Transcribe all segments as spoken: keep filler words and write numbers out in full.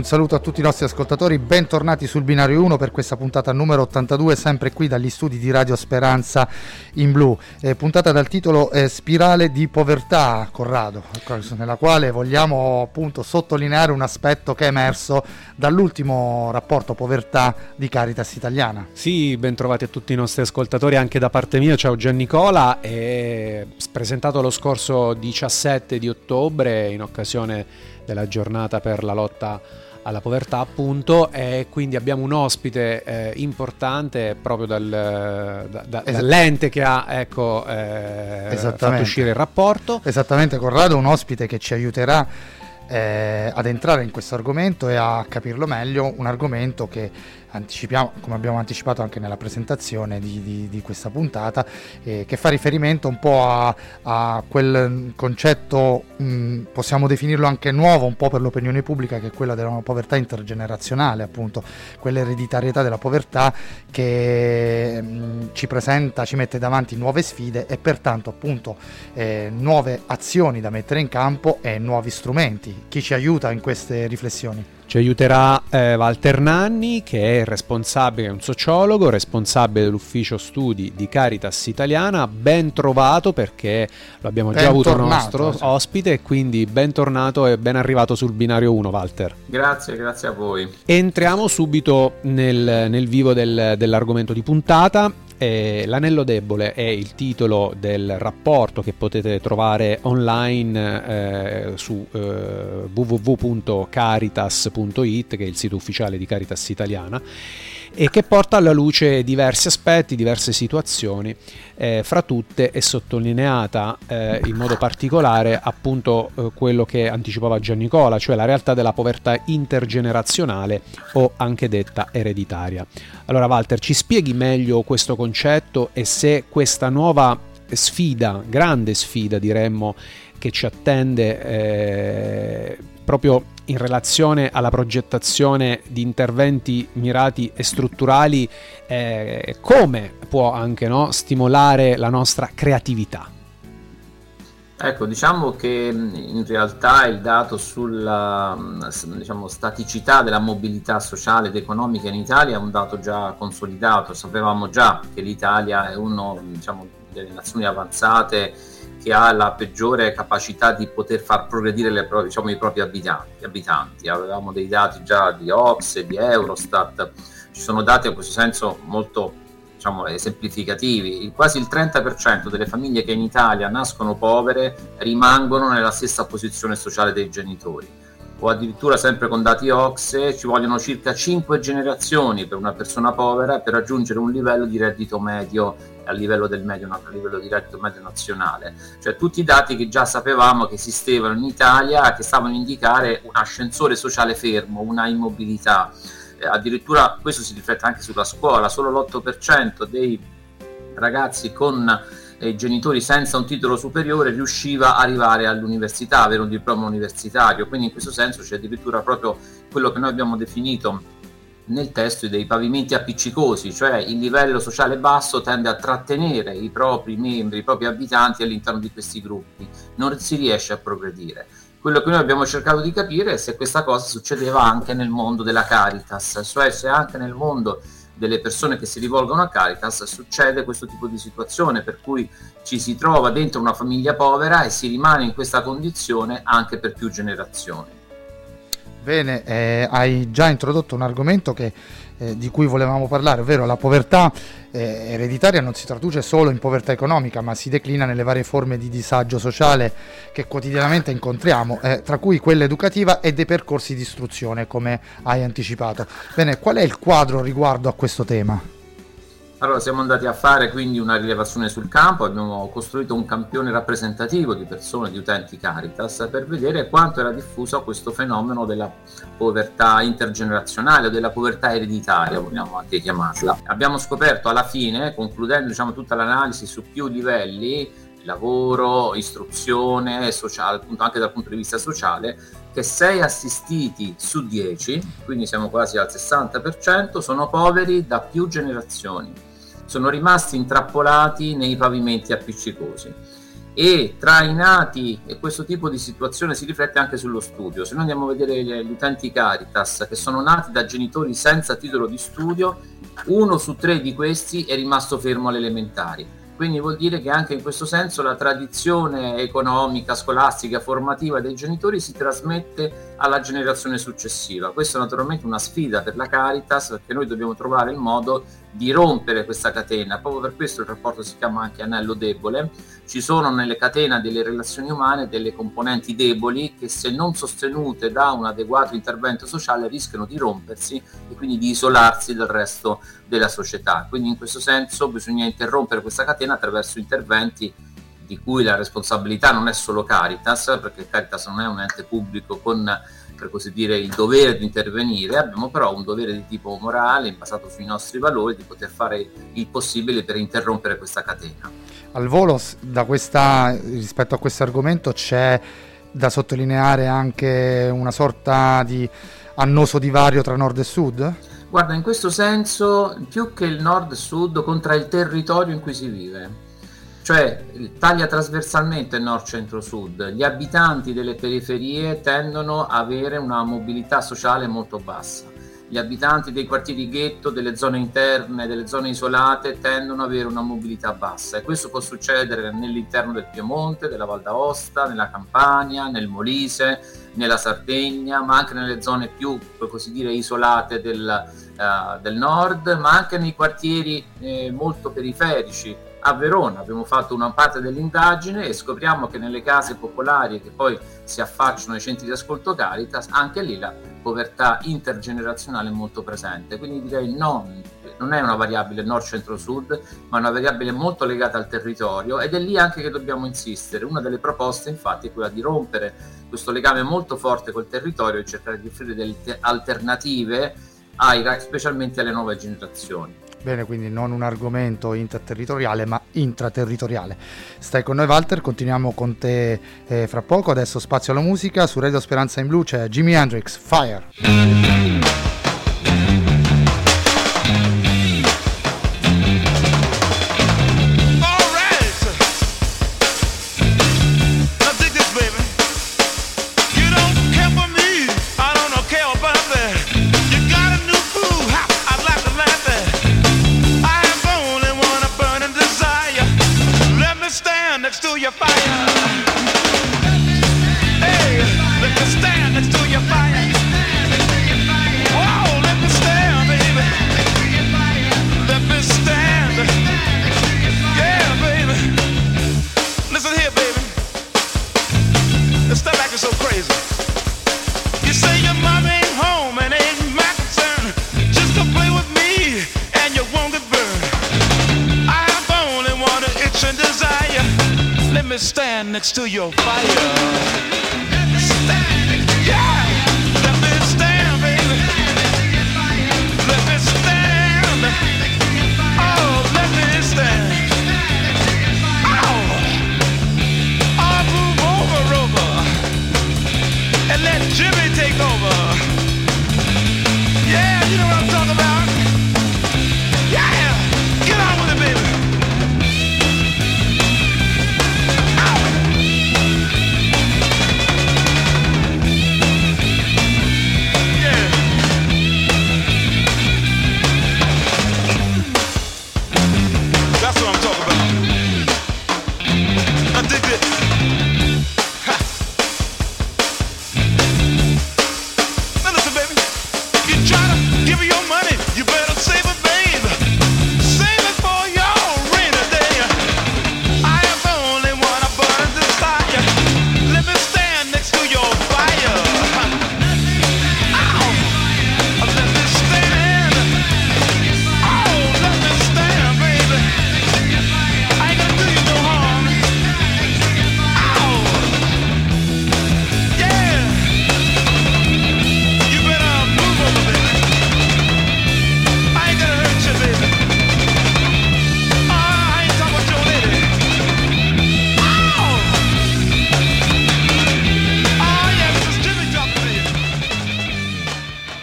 saluto a tutti i nostri ascoltatori, bentornati sul Binario uno per questa puntata numero ottantadue, sempre qui dagli studi di Radio Speranza in Blu, eh, puntata dal titolo eh, Spirale di povertà, Corrado, nella quale vogliamo appunto sottolineare un aspetto che è emerso dall'ultimo rapporto povertà di Caritas Italiana. Sì, ben trovati a tutti i nostri ascoltatori anche da parte mia, ciao Giannicola, è presentato lo scorso diciassette di ottobre in occasione della giornata per la lotta alla povertà, appunto, e quindi abbiamo un ospite eh, importante proprio dal, da, da, Esat- dall'ente che ha ecco, eh, fatto uscire il rapporto. Esattamente, Corrado, un ospite che ci aiuterà eh, ad entrare in questo argomento e a capirlo meglio, un argomento che anticipiamo, come abbiamo anticipato anche nella presentazione di, di, di questa puntata, eh, che fa riferimento un po' a, a quel concetto, mh, possiamo definirlo anche nuovo un po' per l'opinione pubblica, che è quella della povertà intergenerazionale, appunto quell'ereditarietà della povertà che mh, ci presenta, ci mette davanti nuove sfide e pertanto appunto eh, nuove azioni da mettere in campo e nuovi strumenti. Chi ci aiuta in queste riflessioni? Ci aiuterà eh, Walter Nanni, che è responsabile, è un sociologo, responsabile dell'ufficio studi di Caritas Italiana. Ben trovato, perché lo abbiamo già avuto il nostro sì. ospite, e quindi bentornato e ben arrivato sul Binario uno, Walter. Grazie, grazie a voi. Entriamo subito nel, nel vivo del, dell'argomento di puntata. Eh, l'anello debole è il titolo del rapporto che potete trovare online eh, su eh, w w w punto caritas punto i t, che è il sito ufficiale di Caritas Italiana, e che porta alla luce diversi aspetti, diverse situazioni. Eh, fra tutte è sottolineata eh, in modo particolare appunto eh, quello che anticipava Giannicola, cioè la realtà della povertà intergenerazionale o anche detta ereditaria. Allora Walter, ci spieghi meglio questo concetto e se questa nuova sfida, grande sfida diremmo, che ci attende eh, proprio in relazione alla progettazione di interventi mirati e strutturali, eh, come può anche no, stimolare la nostra creatività? Ecco, diciamo che in realtà il dato sulla diciamo, staticità della mobilità sociale ed economica in Italia è un dato già consolidato. Sapevamo già che l'Italia è una diciamo, delle nazioni avanzate che ha la peggiore capacità di poter far progredire le, diciamo, i propri abitanti, abitanti. Avevamo dei dati già di O C S E, di Eurostat, ci sono dati in questo senso molto diciamo, esemplificativi. Quasi il trenta per cento delle famiglie che in Italia nascono povere rimangono nella stessa posizione sociale dei genitori, o addirittura sempre con dati O C S E ci vogliono circa cinque generazioni per una persona povera per raggiungere un livello di reddito medio a livello del medio, a livello di reddito medio nazionale. Cioè tutti i dati che già sapevamo che esistevano in Italia, che stavano a indicare un ascensore sociale fermo, una immobilità. Eh, addirittura questo si riflette anche sulla scuola, solo l'otto per cento dei ragazzi con eh, genitori senza un titolo superiore riusciva ad arrivare all'università, avere un diploma universitario. Quindi in questo senso c'è addirittura proprio quello che noi abbiamo definito nel testo dei pavimenti appiccicosi, cioè il livello sociale basso tende a trattenere i propri membri, i propri abitanti all'interno di questi gruppi, non si riesce a progredire. Quello che noi abbiamo cercato di capire è se questa cosa succedeva anche nel mondo della Caritas, cioè se anche nel mondo delle persone che si rivolgono a Caritas succede questo tipo di situazione, per cui ci si trova dentro una famiglia povera e si rimane in questa condizione anche per più generazioni. Bene, eh, hai già introdotto un argomento che, eh, di cui volevamo parlare, ovvero la povertà eh, ereditaria non si traduce solo in povertà economica, ma si declina nelle varie forme di disagio sociale che quotidianamente incontriamo, eh, tra cui quella educativa e dei percorsi di istruzione, come hai anticipato. Bene, qual è il quadro riguardo a questo tema? Allora siamo andati a fare quindi una rilevazione sul campo, abbiamo costruito un campione rappresentativo di persone, di utenti Caritas, per vedere quanto era diffuso questo fenomeno della povertà intergenerazionale o della povertà ereditaria, vogliamo anche chiamarla. Abbiamo scoperto alla fine, concludendo diciamo, tutta l'analisi su più livelli, lavoro, istruzione, sociale, appunto anche dal punto di vista sociale, che sei assistiti su dieci, quindi siamo quasi al sessanta per cento, sono poveri da più generazioni. Sono rimasti intrappolati nei pavimenti appiccicosi. e trainati, e questo tipo di situazione si riflette anche sullo studio. Se noi andiamo a vedere gli utenti Caritas che sono nati da genitori senza titolo di studio, uno su tre di questi è rimasto fermo alle elementari. Quindi vuol dire che anche in questo senso la tradizione economica, scolastica, formativa dei genitori si trasmette alla generazione successiva. Questa è naturalmente una sfida per la Caritas, perché noi dobbiamo trovare il modo di rompere questa catena. Proprio per questo il rapporto si chiama anche anello debole. Ci sono nelle catene delle relazioni umane delle componenti deboli che, se non sostenute da un adeguato intervento sociale, rischiano di rompersi e quindi di isolarsi dal resto della società. Quindi in questo senso bisogna interrompere questa catena attraverso interventi di cui la responsabilità non è solo Caritas, perché Caritas non è un ente pubblico con, per così dire, il dovere di intervenire. Abbiamo però un dovere di tipo morale, basato sui nostri valori, di poter fare il possibile per interrompere questa catena. Al volo, da questa, rispetto a questo argomento, c'è da sottolineare anche una sorta di annoso divario tra nord e sud? Guarda, in questo senso, più che il nord-sud, conta il territorio in cui si vive. Cioè, taglia trasversalmente nord-centro-sud. Gli abitanti delle periferie tendono a avere una mobilità sociale molto bassa. Gli abitanti dei quartieri ghetto, delle zone interne, delle zone isolate, tendono ad avere una mobilità bassa, e questo può succedere nell'interno del Piemonte, della Val d'Aosta, nella Campania, nel Molise, nella Sardegna, ma anche nelle zone più, per così dire, isolate del, uh, del nord, ma anche nei quartieri eh, molto periferici. A Verona abbiamo fatto una parte dell'indagine e scopriamo che nelle case popolari che poi si affacciano ai centri di ascolto Caritas, anche lì la povertà intergenerazionale è molto presente. Quindi direi non, non è una variabile nord-centro-sud, ma una variabile molto legata al territorio, ed è lì anche che dobbiamo insistere. Una delle proposte infatti è quella di rompere questo legame molto forte col territorio e cercare di offrire delle alternative ai, specialmente alle nuove generazioni. Bene, quindi non un argomento interterritoriale ma intraterritoriale. Stai con noi, Walter, continuiamo con te eh, fra poco. Adesso spazio alla musica. Su Radio Speranza in Blu c'è Jimi Hendrix, Fire. Stand next to your fire. Stand, yeah. Let me stand, baby. Let me stand. Oh, let me stand. Oh, I'll move over, over, and let Jimmy take over. Yeah, you know what I'm talking about. Yeah, get on with it, baby.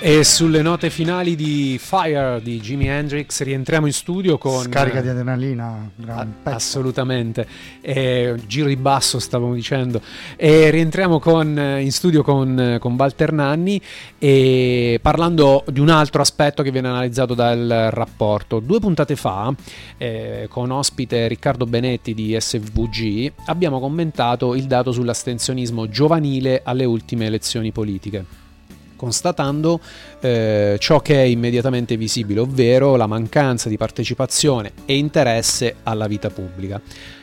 E sulle note finali di Fire di Jimi Hendrix rientriamo in studio con scarica di adrenalina, gran pezzo. Assolutamente, e giro di basso stavamo dicendo, e rientriamo con, in studio con, con Walter Nanni, e parlando di un altro aspetto che viene analizzato dal rapporto. Due puntate fa eh, con ospite Riccardo Benetti di S V G abbiamo commentato il dato sull'astensionismo giovanile alle ultime elezioni politiche, constatando eh, ciò che è immediatamente visibile, ovvero la mancanza di partecipazione e interesse alla vita pubblica.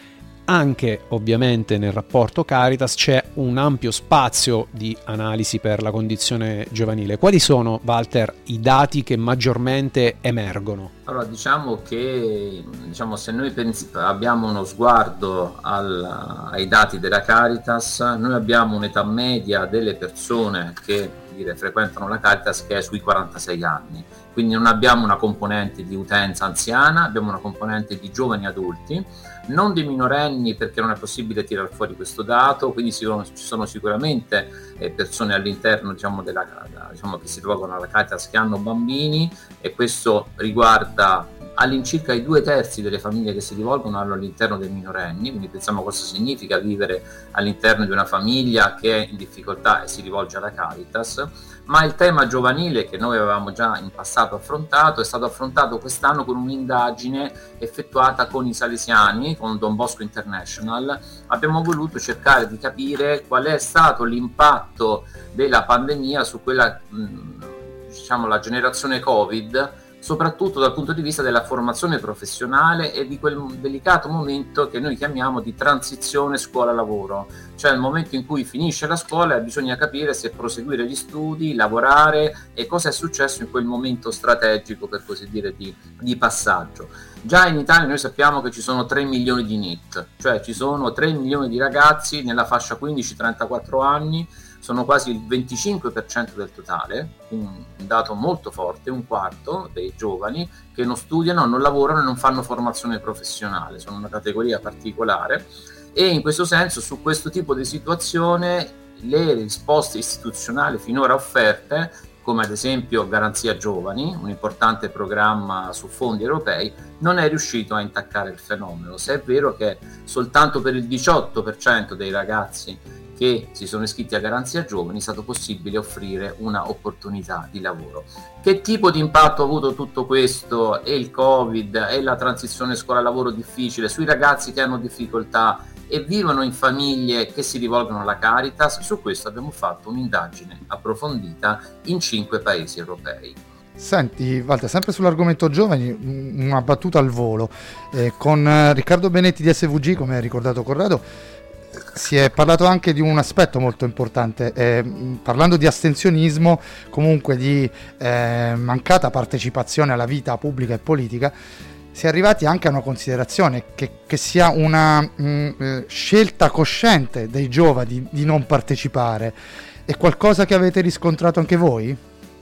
Anche ovviamente nel rapporto Caritas c'è un ampio spazio di analisi per la condizione giovanile. Quali sono, Walter, i dati che maggiormente emergono? Allora, diciamo che diciamo, se noi pens- abbiamo uno sguardo al, ai dati della Caritas, noi abbiamo un'età media delle persone che dire, frequentano la Caritas che è sui quarantasei anni, quindi non abbiamo una componente di utenza anziana, abbiamo una componente di giovani adulti, non di minorenni perché non è possibile tirare fuori questo dato, quindi ci sono, ci sono sicuramente eh, persone all'interno diciamo, della, diciamo, che si rivolgono alla Caritas che hanno bambini, e questo riguarda all'incirca i due terzi delle famiglie che si rivolgono all'interno dei minorenni, quindi pensiamo cosa significa vivere all'interno di una famiglia che è in difficoltà e si rivolge alla Caritas. Ma il tema giovanile, che noi avevamo già in passato affrontato, è stato affrontato quest'anno con un'indagine effettuata con i salesiani, con Don Bosco International. Abbiamo voluto cercare di capire qual è stato l'impatto della pandemia su quella, diciamo, la generazione Covid, soprattutto dal punto di vista della formazione professionale e di quel delicato momento che noi chiamiamo di transizione scuola-lavoro, cioè il momento in cui finisce la scuola e bisogna capire se proseguire gli studi, lavorare, e cosa è successo in quel momento strategico, per così dire, di, di passaggio. Già in Italia noi sappiamo che ci sono tre milioni di N I T, cioè ci sono tre milioni di ragazzi nella fascia quindici trentaquattro anni, sono quasi il venticinque per cento del totale, un dato molto forte, un quarto dei giovani che non studiano, non lavorano e non fanno formazione professionale, sono una categoria particolare, e in questo senso su questo tipo di situazione le risposte istituzionali finora offerte, come ad esempio Garanzia Giovani, un importante programma su fondi europei, non è riuscito a intaccare il fenomeno, se è vero che soltanto per il diciotto per cento dei ragazzi che si sono iscritti a Garanzia Giovani è stato possibile offrire una opportunità di lavoro. Che tipo di impatto ha avuto tutto questo, e il Covid e la transizione scuola-lavoro difficile, sui ragazzi che hanno difficoltà e vivono in famiglie che si rivolgono alla Caritas? Su questo abbiamo fatto un'indagine approfondita in cinque paesi europei. Senti Walter, sempre sull'argomento giovani, una battuta al volo, eh, con Riccardo Benetti di S V G, come ha ricordato Corrado, si è parlato anche di un aspetto molto importante, eh, parlando di astensionismo, comunque di eh, mancata partecipazione alla vita pubblica e politica. Si è arrivati anche a una considerazione che, che sia una mh, eh, scelta cosciente dei giovani di, di non partecipare. È qualcosa che avete riscontrato anche voi?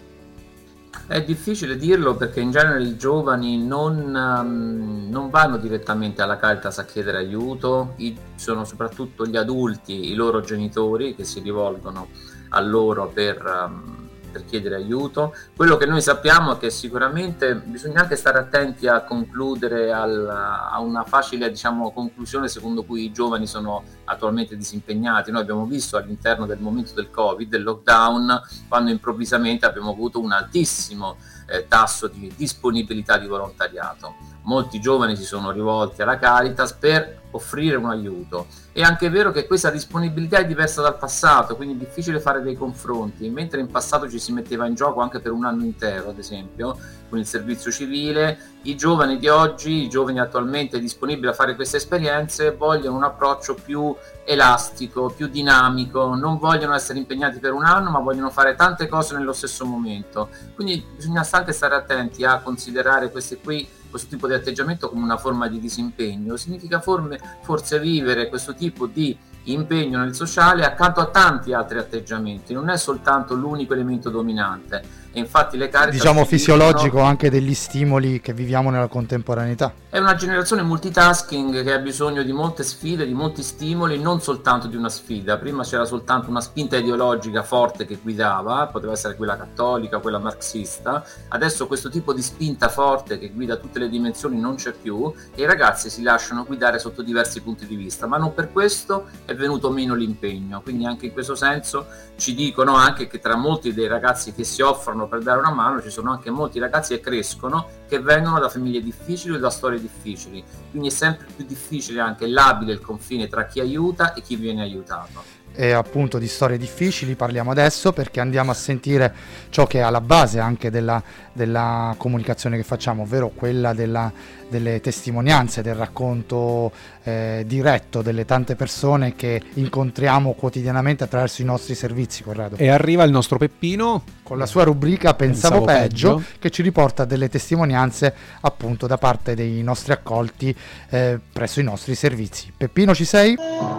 È difficile dirlo perché in genere i giovani non, um, non vanno direttamente alla Caritas a chiedere aiuto, I, sono soprattutto gli adulti, i loro genitori, che si rivolgono a loro per, um, per chiedere aiuto. Quello che noi sappiamo è che sicuramente bisogna anche stare attenti a concludere al, a una facile, diciamo, conclusione secondo cui i giovani sono attualmente disimpegnati. Noi abbiamo visto all'interno del momento del Covid, del lockdown, quando improvvisamente abbiamo avuto un altissimo eh, tasso di disponibilità di volontariato. Molti giovani si sono rivolti alla Caritas per offrire un aiuto. È anche vero che questa disponibilità è diversa dal passato, quindi è difficile fare dei confronti. Mentre in passato ci si metteva in gioco anche per un anno intero, ad esempio, con il servizio civile, i giovani di oggi, i giovani attualmente disponibili a fare queste esperienze, vogliono un approccio più elastico, più dinamico, non vogliono essere impegnati per un anno, ma vogliono fare tante cose nello stesso momento. Quindi bisogna anche stare attenti a considerare queste qui, questo tipo di atteggiamento come una forma di disimpegno. Significa forme, forse vivere questo tipo di impegno nel sociale accanto a tanti altri atteggiamenti, non è soltanto l'unico elemento dominante. e infatti le Caritas, diciamo, fisiologico dicono, anche degli stimoli che viviamo nella contemporaneità. È una generazione multitasking che ha bisogno di molte sfide, di molti stimoli, non soltanto di una sfida. Prima c'era soltanto una spinta ideologica forte che guidava, poteva essere quella cattolica, quella marxista. Adesso questo tipo di spinta forte che guida tutte le dimensioni non c'è più e i ragazzi si lasciano guidare sotto diversi punti di vista, ma non per questo è venuto meno l'impegno. Quindi anche in questo senso ci dicono anche che tra molti dei ragazzi che si offrono per dare una mano ci sono anche molti ragazzi che crescono, che vengono da famiglie difficili o da storie difficili, quindi è sempre più difficile anche labile il confine tra chi aiuta e chi viene aiutato. E appunto di storie difficili parliamo adesso, perché andiamo a sentire ciò che è alla base anche della, della comunicazione che facciamo, ovvero quella della, delle testimonianze, del racconto eh, diretto delle tante persone che incontriamo quotidianamente attraverso i nostri servizi, Corrado. E arriva il nostro Peppino con la sua rubrica Pensavo, Pensavo peggio, peggio, che ci riporta delle testimonianze appunto da parte dei nostri accolti eh, presso i nostri servizi. Peppino, ci sei?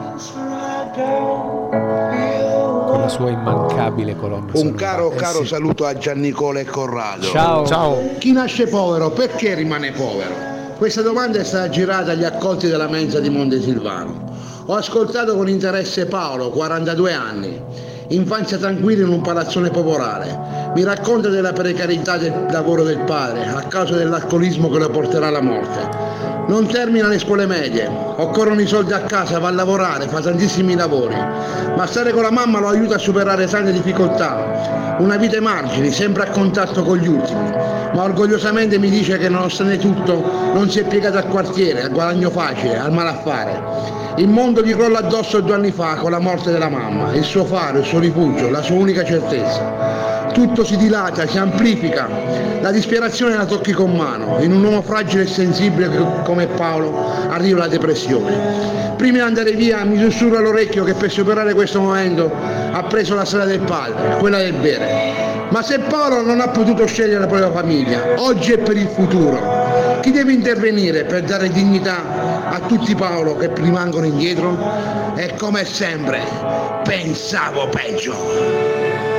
con la sua immancabile colonna Un sonora. caro Eh caro sì. saluto a Giannicola e Corrado. Ciao. Ciao. Chi nasce povero perché rimane povero? Questa domanda è stata girata agli accolti della mensa di Montesilvano. Ho ascoltato con interesse Paolo, quarantadue anni, infanzia tranquilla in un palazzone popolare. Mi racconta della precarietà del lavoro del padre a causa dell'alcolismo che lo porterà alla morte. Non termina le scuole medie, occorrono i soldi a casa, va a lavorare, fa tantissimi lavori, ma stare con la mamma lo aiuta a superare tante difficoltà. Una vita ai margini, sempre a contatto con gli ultimi, ma orgogliosamente mi dice che nonostante tutto non si è piegato al quartiere, al guadagno facile, al malaffare. Il mondo gli crolla addosso due anni fa con la morte della mamma, il suo faro, il suo rifugio, la sua unica certezza. Tutto si dilata, si amplifica, la disperazione la tocchi con mano, in un uomo fragile e sensibile come Paolo arriva la depressione. Prima di andare via mi sussurra all'orecchio che per superare questo momento ha preso la strada del padre, quella del bere. Ma se Paolo non ha potuto scegliere la propria famiglia, oggi è per il futuro. Chi deve intervenire per dare dignità a tutti Paolo che rimangono indietro? E come sempre, pensavo peggio.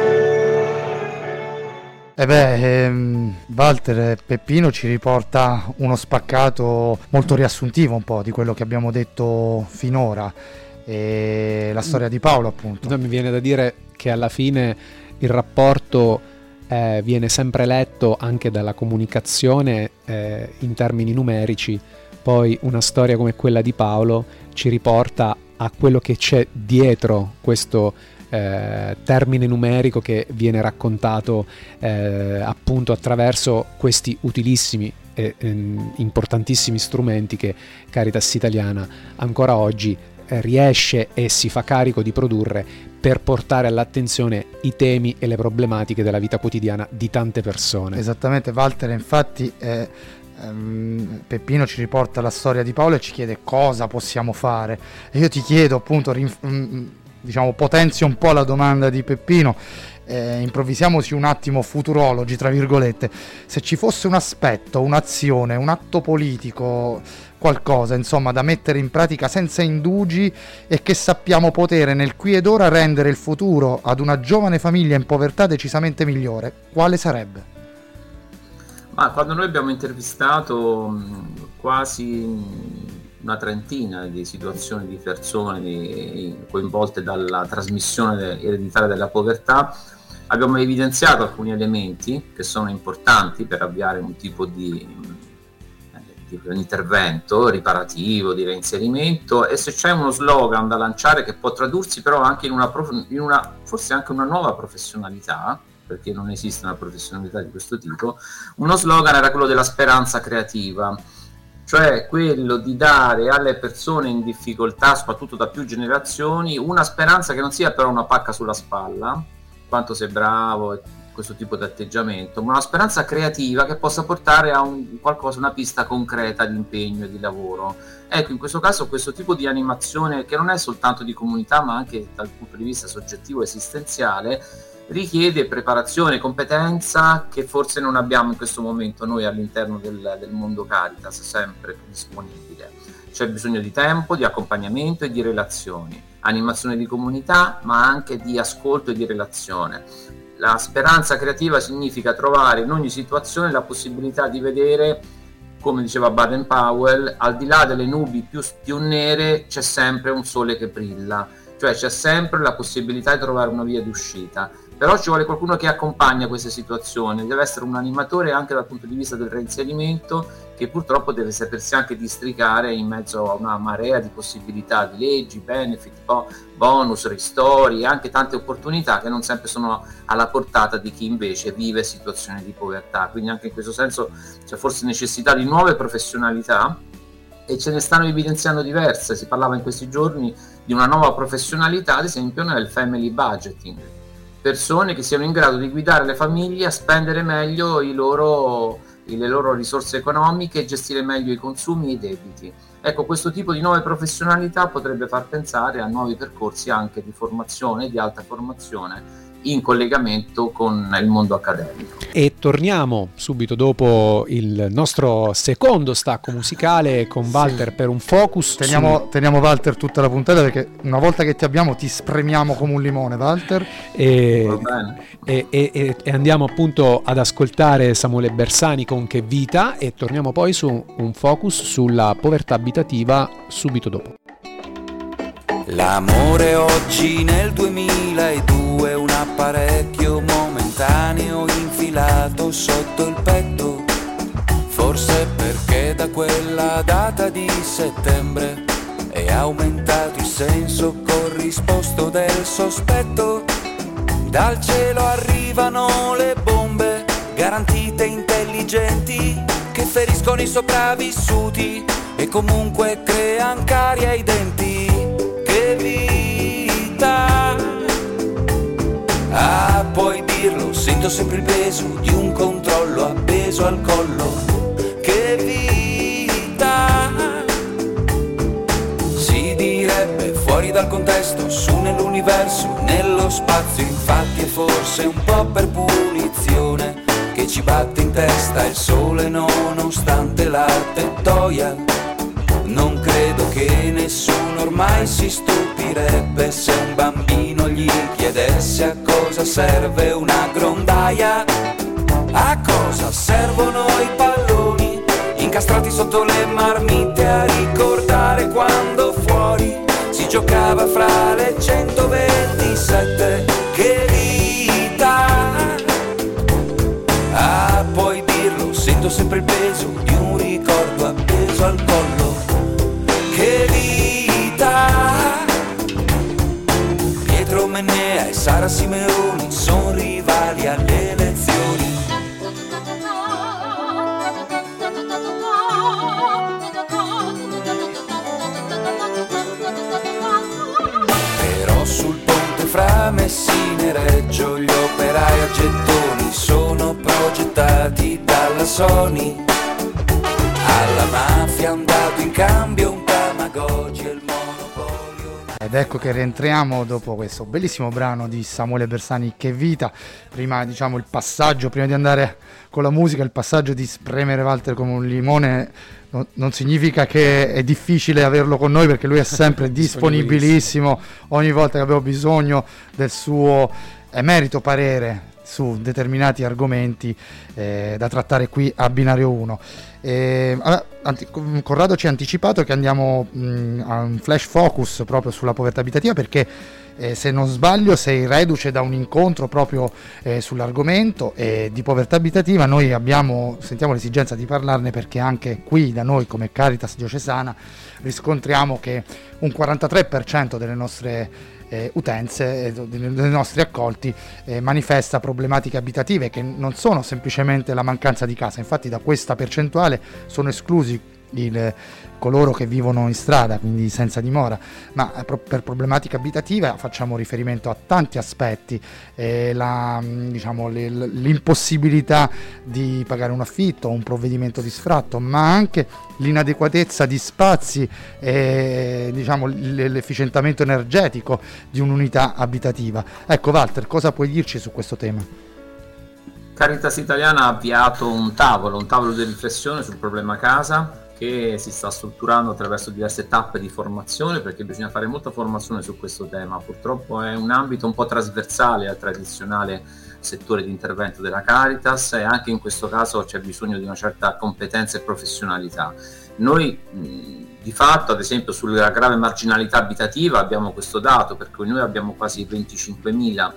E beh, ehm, Walter Peppino ci riporta uno spaccato molto riassuntivo un po' di quello che abbiamo detto finora, e la storia di Paolo appunto. No, mi viene da dire che alla fine il rapporto eh, viene sempre letto anche dalla comunicazione eh, in termini numerici, poi una storia come quella di Paolo ci riporta a quello che c'è dietro questo Eh, termine numerico che viene raccontato eh, appunto attraverso questi utilissimi e ehm, importantissimi strumenti che Caritas Italiana ancora oggi eh, riesce e si fa carico di produrre per portare all'attenzione i temi e le problematiche della vita quotidiana di tante persone. Esattamente, Walter, infatti eh, ehm, Peppino ci riporta la storia di Paolo e ci chiede cosa possiamo fare, e io ti chiedo appunto rinf- mh, diciamo potenzio un po' la domanda di Peppino, eh, improvvisiamoci un attimo futurologi tra virgolette, se ci fosse un aspetto, un'azione, un atto politico, qualcosa insomma da mettere in pratica senza indugi e che sappiamo potere nel qui ed ora rendere il futuro ad una giovane famiglia in povertà decisamente migliore, quale sarebbe? Ma quando noi abbiamo intervistato mh, quasi una trentina di situazioni di persone di, coinvolte dalla trasmissione ereditaria della povertà, abbiamo evidenziato alcuni elementi che sono importanti per avviare un tipo di, di un intervento riparativo, di reinserimento, e se c'è uno slogan da lanciare che può tradursi però anche in una, in una forse anche una nuova professionalità, perché non esiste una professionalità di questo tipo, uno slogan era quello della speranza creativa, cioè quello di dare alle persone in difficoltà, soprattutto da più generazioni, una speranza che non sia però una pacca sulla spalla, quanto sei bravo e questo tipo di atteggiamento, ma una speranza creativa che possa portare a un qualcosa, una pista concreta di impegno e di lavoro. Ecco, in questo caso questo tipo di animazione, che non è soltanto di comunità ma anche dal punto di vista soggettivo esistenziale, richiede preparazione e competenza che forse non abbiamo in questo momento noi all'interno del, del mondo Caritas, sempre più disponibile. C'è bisogno di tempo, di accompagnamento e di relazioni, animazione di comunità ma anche di ascolto e di relazione. la speranza creativa significa trovare in ogni situazione la possibilità di vedere, come diceva Baden-Powell, al di là delle nubi più, più nere c'è sempre un sole che brilla, cioè c'è sempre la possibilità di trovare una via d'uscita. Però ci vuole qualcuno che accompagna queste situazioni, deve essere un animatore anche dal punto di vista del reinserimento, che purtroppo deve sapersi anche districare in mezzo a una marea di possibilità, di leggi, benefit, bonus, ristori, anche tante opportunità che non sempre sono alla portata di chi invece vive situazioni di povertà. Quindi anche in questo senso c'è forse necessità di nuove professionalità, e ce ne stanno evidenziando diverse. Si parlava in questi giorni di una nuova professionalità, ad esempio nel family budgeting, persone che siano in grado di guidare le famiglie a spendere meglio i loro, le loro risorse economiche e gestire meglio i consumi e i debiti. Ecco, questo tipo di nuove professionalità potrebbe far pensare a nuovi percorsi anche di formazione, di alta formazione, in collegamento con il mondo accademico. E torniamo subito dopo il nostro secondo stacco musicale con Walter, sì, per un focus. Teniamo, su... teniamo Walter tutta la puntata, perché una volta che ti abbiamo ti spremiamo come un limone, Walter. E, Va bene. E, e, e andiamo appunto ad ascoltare Samuele Bersani con Che Vita, e torniamo poi su un focus sulla povertà abitativa subito dopo. L'amore oggi nel duemiladue, un apparecchio momentaneo infilato sotto il petto, forse perché da quella data di settembre è aumentato il senso corrisposto del sospetto. Dal cielo arrivano le bombe garantite intelligenti che feriscono i sopravvissuti e comunque creano carie ai denti. Che vita, ah, puoi dirlo, sento sempre il peso di un controllo appeso al collo. Che vita, si direbbe fuori dal contesto, su nell'universo, nello spazio. Infatti è forse un po' per punizione che ci batte in testa il sole nonostante la tettoia. Non credo che nessuno ormai si stupirebbe se un bambino gli chiedesse a cosa serve una grondaia. A cosa servono i palloni incastrati sotto le marmite a ricordare quando fuori si giocava fra le centoventisette. Che vita, ah, puoi dirlo, sento sempre il peso di un ricordo appeso al collo. Che vita, Pietro Mennea e Sara Simeoni sono rivali alle elezioni. Però sul ponte fra Messina e Reggio gli operai a gettoni sono progettati dalla Sony. Alla mafia han dato in cambio un Tamagotchi e il monopolio. Ed ecco che rientriamo dopo questo bellissimo brano di Samuele Bersani, Che Vita. Prima, diciamo, il passaggio, prima di andare con la musica, il passaggio di spremere Walter come un limone no, non significa che è difficile averlo con noi, perché lui è sempre disponibilissimo ogni volta che abbiamo bisogno del suo emerito parere su determinati argomenti eh, da trattare qui a Binario uno. Eh, Corrado ci ha anticipato che andiamo mh, a un flash focus proprio sulla povertà abitativa, perché eh, se non sbaglio sei reduce da un incontro proprio eh, sull'argomento eh, di povertà abitativa. Noi abbiamo, sentiamo l'esigenza di parlarne, perché anche qui da noi come Caritas diocesana riscontriamo che un quarantatré per cento delle nostre Eh, utenze, eh, dei nostri accolti eh, manifesta problematiche abitative che non sono semplicemente la mancanza di casa. Infatti da questa percentuale sono esclusi il, coloro che vivono in strada, quindi senza dimora, ma eh, pro- per problematica abitativa facciamo riferimento a tanti aspetti, eh, la, diciamo, le, l'impossibilità di pagare un affitto, un provvedimento di sfratto, ma anche l'inadeguatezza di spazi e, diciamo, l'efficientamento energetico di un'unità abitativa. Ecco Walter, cosa puoi dirci su questo tema? Caritas Italiana ha avviato un tavolo, un tavolo di riflessione sul problema casa, che si sta strutturando attraverso diverse tappe di formazione, perché bisogna fare molta formazione su questo tema. Purtroppo è un ambito un po' trasversale al tradizionale settore di intervento della Caritas, e anche in questo caso c'è bisogno di una certa competenza e professionalità. Noi mh, di fatto, ad esempio, sulla grave marginalità abitativa abbiamo questo dato, perché noi abbiamo quasi venticinquemila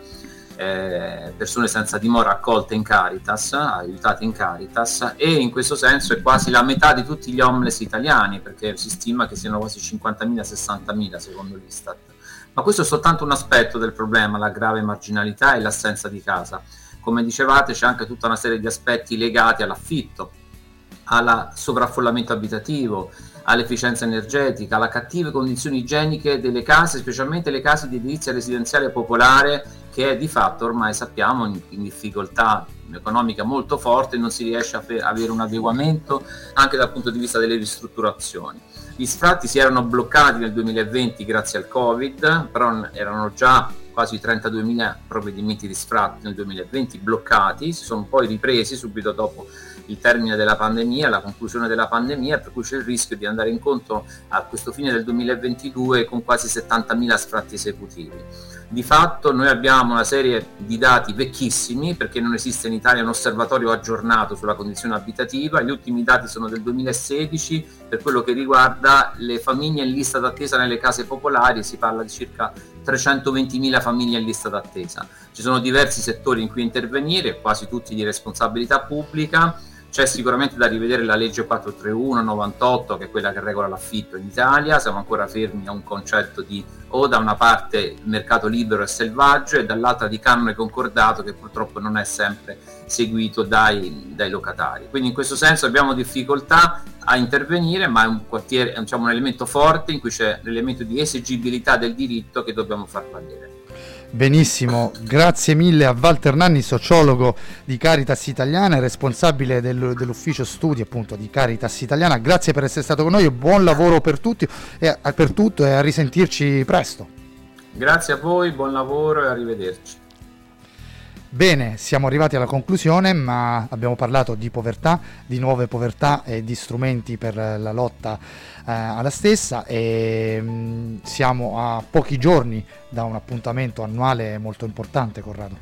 eh, persone senza dimora accolte in Caritas, aiutate in Caritas, e in questo senso è quasi la metà di tutti gli homeless italiani, perché si stima che siano quasi cinquantamila sessantamila secondo l'Istat. Ma questo è soltanto un aspetto del problema, la grave marginalità e l'assenza di casa. Come dicevate, c'è anche tutta una serie di aspetti legati all'affitto, al sovraffollamento abitativo, all'efficienza energetica, alle cattive condizioni igieniche delle case, specialmente le case di edilizia residenziale popolare, che è di fatto, ormai sappiamo, in, in difficoltà economica molto forte, e non si riesce a fe- avere un adeguamento anche dal punto di vista delle ristrutturazioni. Gli sfratti si erano bloccati nel duemilaventi grazie al Covid, però erano già quasi trentaduemila provvedimenti di sfratto nel duemilaventi bloccati, si sono poi ripresi subito dopo il termine della pandemia, la conclusione della pandemia, per cui c'è il rischio di andare incontro a questo fine del duemilaventidue con quasi settantamila sfratti esecutivi. Di fatto noi abbiamo una serie di dati vecchissimi, perché non esiste in Italia un osservatorio aggiornato sulla condizione abitativa. Gli ultimi dati sono del duemilasedici per quello che riguarda le famiglie in lista d'attesa nelle case popolari, si parla di circa trecentoventimila famiglie in lista d'attesa. Ci sono diversi settori in cui intervenire, quasi tutti di responsabilità pubblica. C'è sicuramente da rivedere la legge quattrocentotrentuno novantotto, che è quella che regola l'affitto in Italia. Siamo ancora fermi a un concetto di o da una parte mercato libero e selvaggio e dall'altra di canone concordato, che purtroppo non è sempre seguito dai, dai locatari. Quindi in questo senso abbiamo difficoltà a intervenire, ma è un quartiere, diciamo, un elemento forte in cui c'è l'elemento di esigibilità del diritto che dobbiamo far valere. Benissimo, grazie mille a Walter Nanni, sociologo di Caritas Italiana e responsabile del, dell'ufficio studi appunto di Caritas Italiana. Grazie per essere stato con noi e buon lavoro per tutti e per tutto, e a risentirci presto. Grazie a voi, buon lavoro e arrivederci. Bene, siamo arrivati alla conclusione, ma abbiamo parlato di povertà, di nuove povertà e di strumenti per la lotta eh, alla stessa, e mh, siamo a pochi giorni da un appuntamento annuale molto importante, Corrado.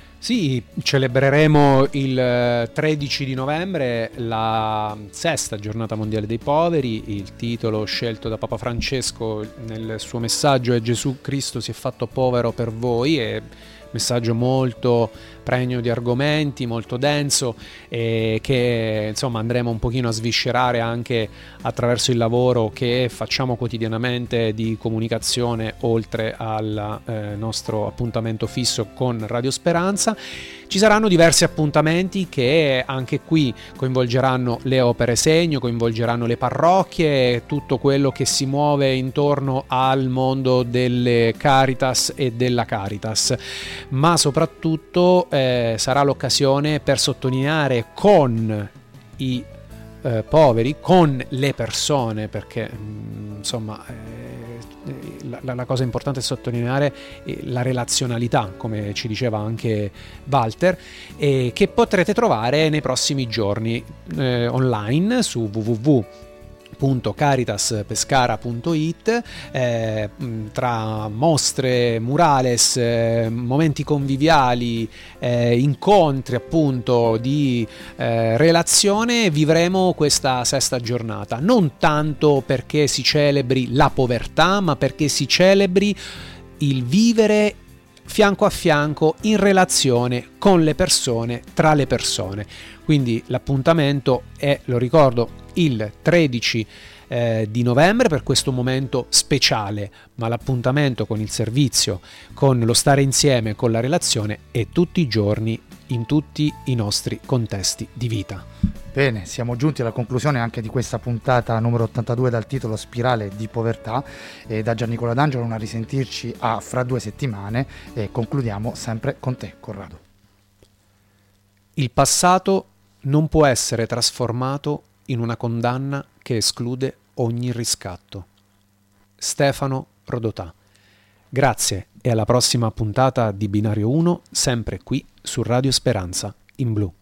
Sì, celebreremo il tredici di novembre la sesta giornata mondiale dei poveri. Il titolo scelto da Papa Francesco nel suo messaggio è Gesù Cristo si è fatto povero per voi, e messaggio molto pregno di argomenti, molto denso, e che insomma andremo un pochino a sviscerare anche attraverso il lavoro che facciamo quotidianamente di comunicazione, oltre al eh, nostro appuntamento fisso con Radio Speranza. Ci saranno diversi appuntamenti che anche qui coinvolgeranno le opere segno, coinvolgeranno le parrocchie, tutto quello che si muove intorno al mondo delle Caritas e della Caritas, ma soprattutto eh, sarà l'occasione per sottolineare con i eh, poveri, con le persone, perché mh, insomma eh, la, la cosa importante è sottolineare la relazionalità, come ci diceva anche Walter, e che potrete trovare nei prossimi giorni eh, online su w w w punto caritas pescara punto it, eh, tra mostre, murales, eh, momenti conviviali, eh, incontri appunto di eh, relazione, vivremo questa sesta giornata, non tanto perché si celebri la povertà, ma perché si celebri il vivere fianco a fianco, in relazione con le persone, tra le persone. Quindi l'appuntamento è, lo ricordo, il tredici eh, di novembre per questo momento speciale, ma l'appuntamento con il servizio, con lo stare insieme, con la relazione è tutti i giorni, in tutti i nostri contesti di vita. Bene, siamo giunti alla conclusione anche di questa puntata numero ottantadue dal titolo Spirale di povertà, e da Giannicola D'Angelo un a risentirci a fra due settimane, e concludiamo sempre con te, Corrado. Il passato non può essere trasformato in una condanna che esclude ogni riscatto. Stefano Rodotà. Grazie e alla prossima puntata di Binario uno, sempre qui su Radio Speranza in blu.